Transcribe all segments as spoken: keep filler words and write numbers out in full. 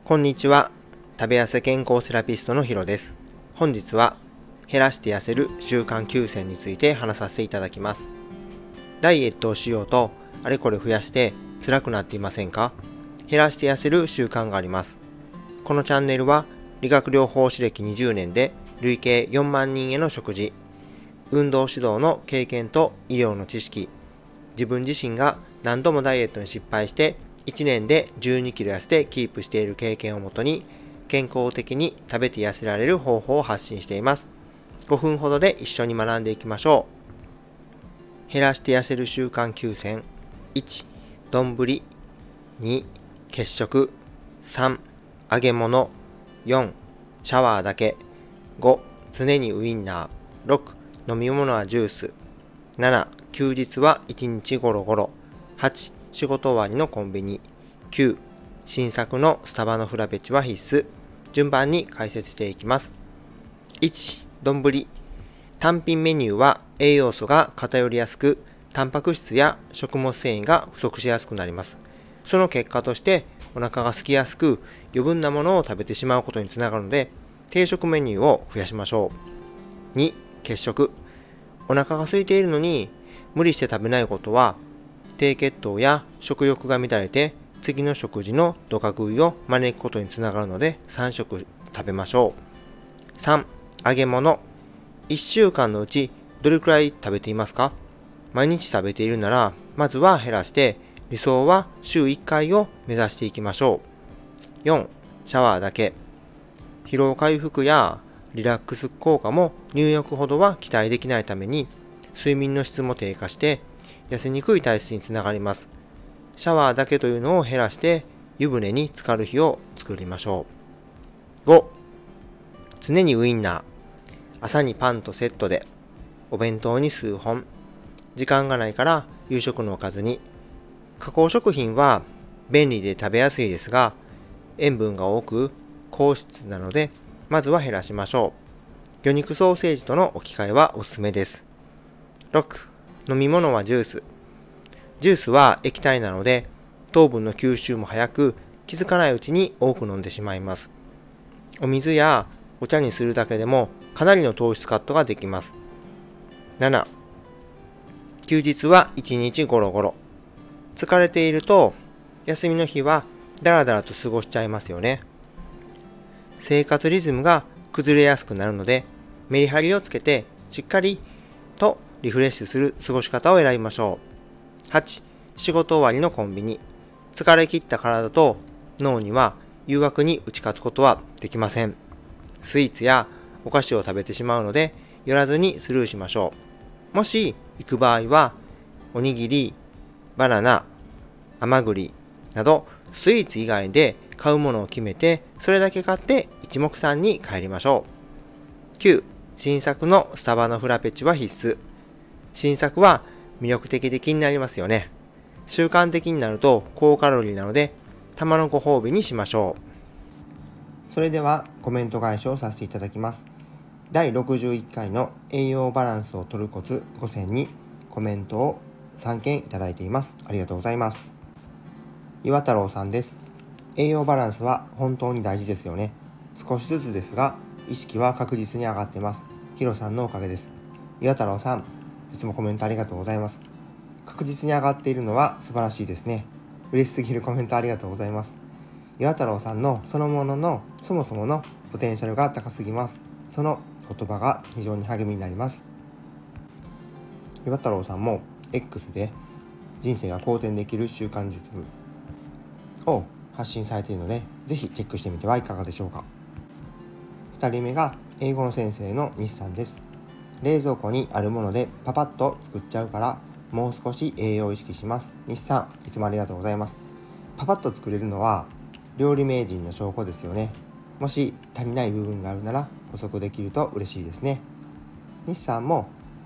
こんにちは。食べ痩せ健康セラピストのヒロです。本日は減らして痩せる習慣きゅう選について話させていただきます。ダイエットをしようとあれこれ増やして辛くなっていませんか？減らして痩せる習慣があります。このチャンネルは理学療法士歴にじゅうねんで累計よんまんにんへの食事、運動指導の経験と医療の知識、自分自身が何度もダイエットに失敗していちねんでじゅうにキロ痩せてキープしている経験をもとに健康的に食べて痩せられる方法を発信しています。ごふんほどで一緒に学んでいきましょう。減らして痩せる習慣きゅう選。いち、丼。に、欠食。さん、揚げ物。よん、シャワーだけ。ご、常にウインナー。ろく、飲み物はジュース。なな、休日はいちにちゴロゴロ。はち、仕事終わりのコンビニ。きゅう、新作のスタバのフラペチは必須。順番に解説していきます。いち、丼。単品メニューは栄養素が偏りやすく、タンパク質や食物繊維が不足しやすくなります。その結果としてお腹が空きやすく余分なものを食べてしまうことにつながるので、定食メニューを増やしましょう。に、欠食。お腹が空いているのに無理して食べないことは低血糖や食欲が乱れて次の食事のドカ食いを招くことにつながるのでさん食食べましょう。さん、揚げ物。いっしゅうかんのうちどれくらい食べていますか？毎日食べているならまずは減らして理想は週いっかいを目指していきましょう。よん、シャワーだけ。疲労回復やリラックス効果も入浴ほどは期待できないために睡眠の質も低下して痩せにくい体質につながります。シャワーだけというのを減らして湯船に浸かる日を作りましょう。ご、常にウインナー。朝にパンとセットで、お弁当に数本。時間がないから夕食のおかずに。加工食品は便利で食べやすいですが、塩分が多く高脂質なのでまずは減らしましょう。魚肉ソーセージとの置き換えはおすすめです。ろく、飲み物はジュース。ジュースは液体なので糖分の吸収も早く、気づかないうちに多く飲んでしまいます。お水やお茶にするだけでもかなりの糖質カットができます。なな、休日はいちにちゴロゴロ。疲れていると休みの日はダラダラと過ごしちゃいますよね。生活リズムが崩れやすくなるのでメリハリをつけてしっかりとリフレッシュする過ごし方を選びましょう。はち、仕事終わりのコンビニ。疲れ切った体と脳には誘惑に打ち勝つことはできません。スイーツやお菓子を食べてしまうので寄らずにスルーしましょう。もし行く場合はおにぎり、バナナ、甘栗などスイーツ以外で買うものを決めてそれだけ買って一目散に帰りましょう。きゅう、新作のスタバのフラペチは必須。新作は魅力的で気になりますよね。習慣的になると高カロリーなのでたまのご褒美にしましょう。それではコメント返しをさせていただきます。だいろくじゅういっかいの栄養バランスを取るコツご選にコメントをさんけんいただいています。ありがとうございます。岩太郎さんです。栄養バランスは本当に大事ですよね。少しずつですが意識は確実に上がっています。ヒロさんのおかげです。岩太郎さん、いつもコメントありがとうございます。確実に上がっているのは素晴らしいですね。嬉しすぎるコメントありがとうございます。岩太郎さんのそのもののそもそものポテンシャルが高すぎます。その言葉が非常に励みになります。岩太郎さんも X で人生が好転できる習慣術を発信されているので、ぜひチェックしてみてはいかがでしょうか。ふたりめが英語の先生の西さんです。冷蔵庫にあるものでパパッと作っちゃうからもう少し栄養を意識します。西さん、いつもありがとうございます。パパッと作れるのは料理名人の証拠ですよね。もし足りない部分があるなら補足できると嬉しいですね。西さんも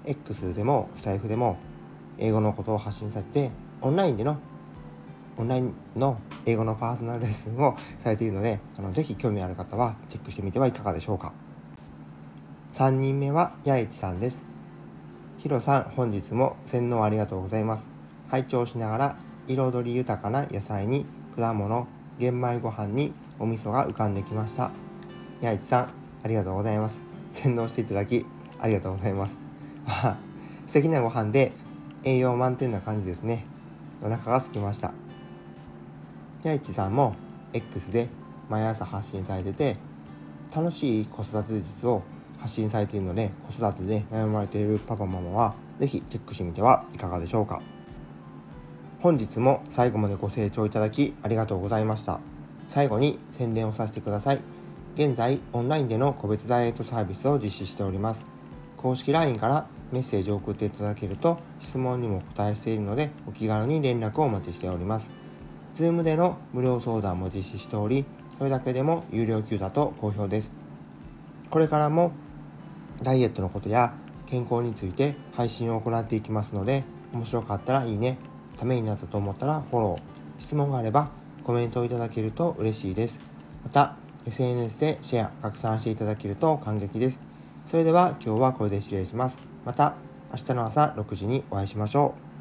X でもスタイフでも英語のことを発信されて、オンラインでのオンラインの英語のパーソナルレッスンをされているので、あのぜひ興味ある方はチェックしてみてはいかがでしょうか。さんにんめは八重さんです。ヒロさん、本日も洗脳ありがとうございます。拝聴しながら彩り豊かな野菜に果物、 玄米ご飯にお味噌が浮かんできました。やいちさん、ありがとうございます。先導していただきありがとうございます。素敵なご飯で栄養満点な感じですね。お腹が空きました。やいちさんも X で毎朝発信されてて、楽しい子育て術を発信されているので、子育てで悩まれているパパママはぜひチェックしてみてはいかがでしょうか。本日も最後までご清聴いただきありがとうございました。最後に宣伝をさせてください。現在オンラインでの個別ダイエットサービスを実施しております。公式 ライン からメッセージを送っていただけると質問にもお答えしているので、お気軽に連絡をお待ちしております。Zoom での無料相談も実施しており、それだけでも有料級だと好評です。これからもダイエットのことや健康について配信を行っていきますので、面白かったらいいね、ためになったと思ったらフォロー、質問があればコメントをいただけると嬉しいです。また エスエヌエス でシェア拡散していただけると感激です。それでは今日はこれで失礼します。また明日の朝ろくじにお会いしましょう。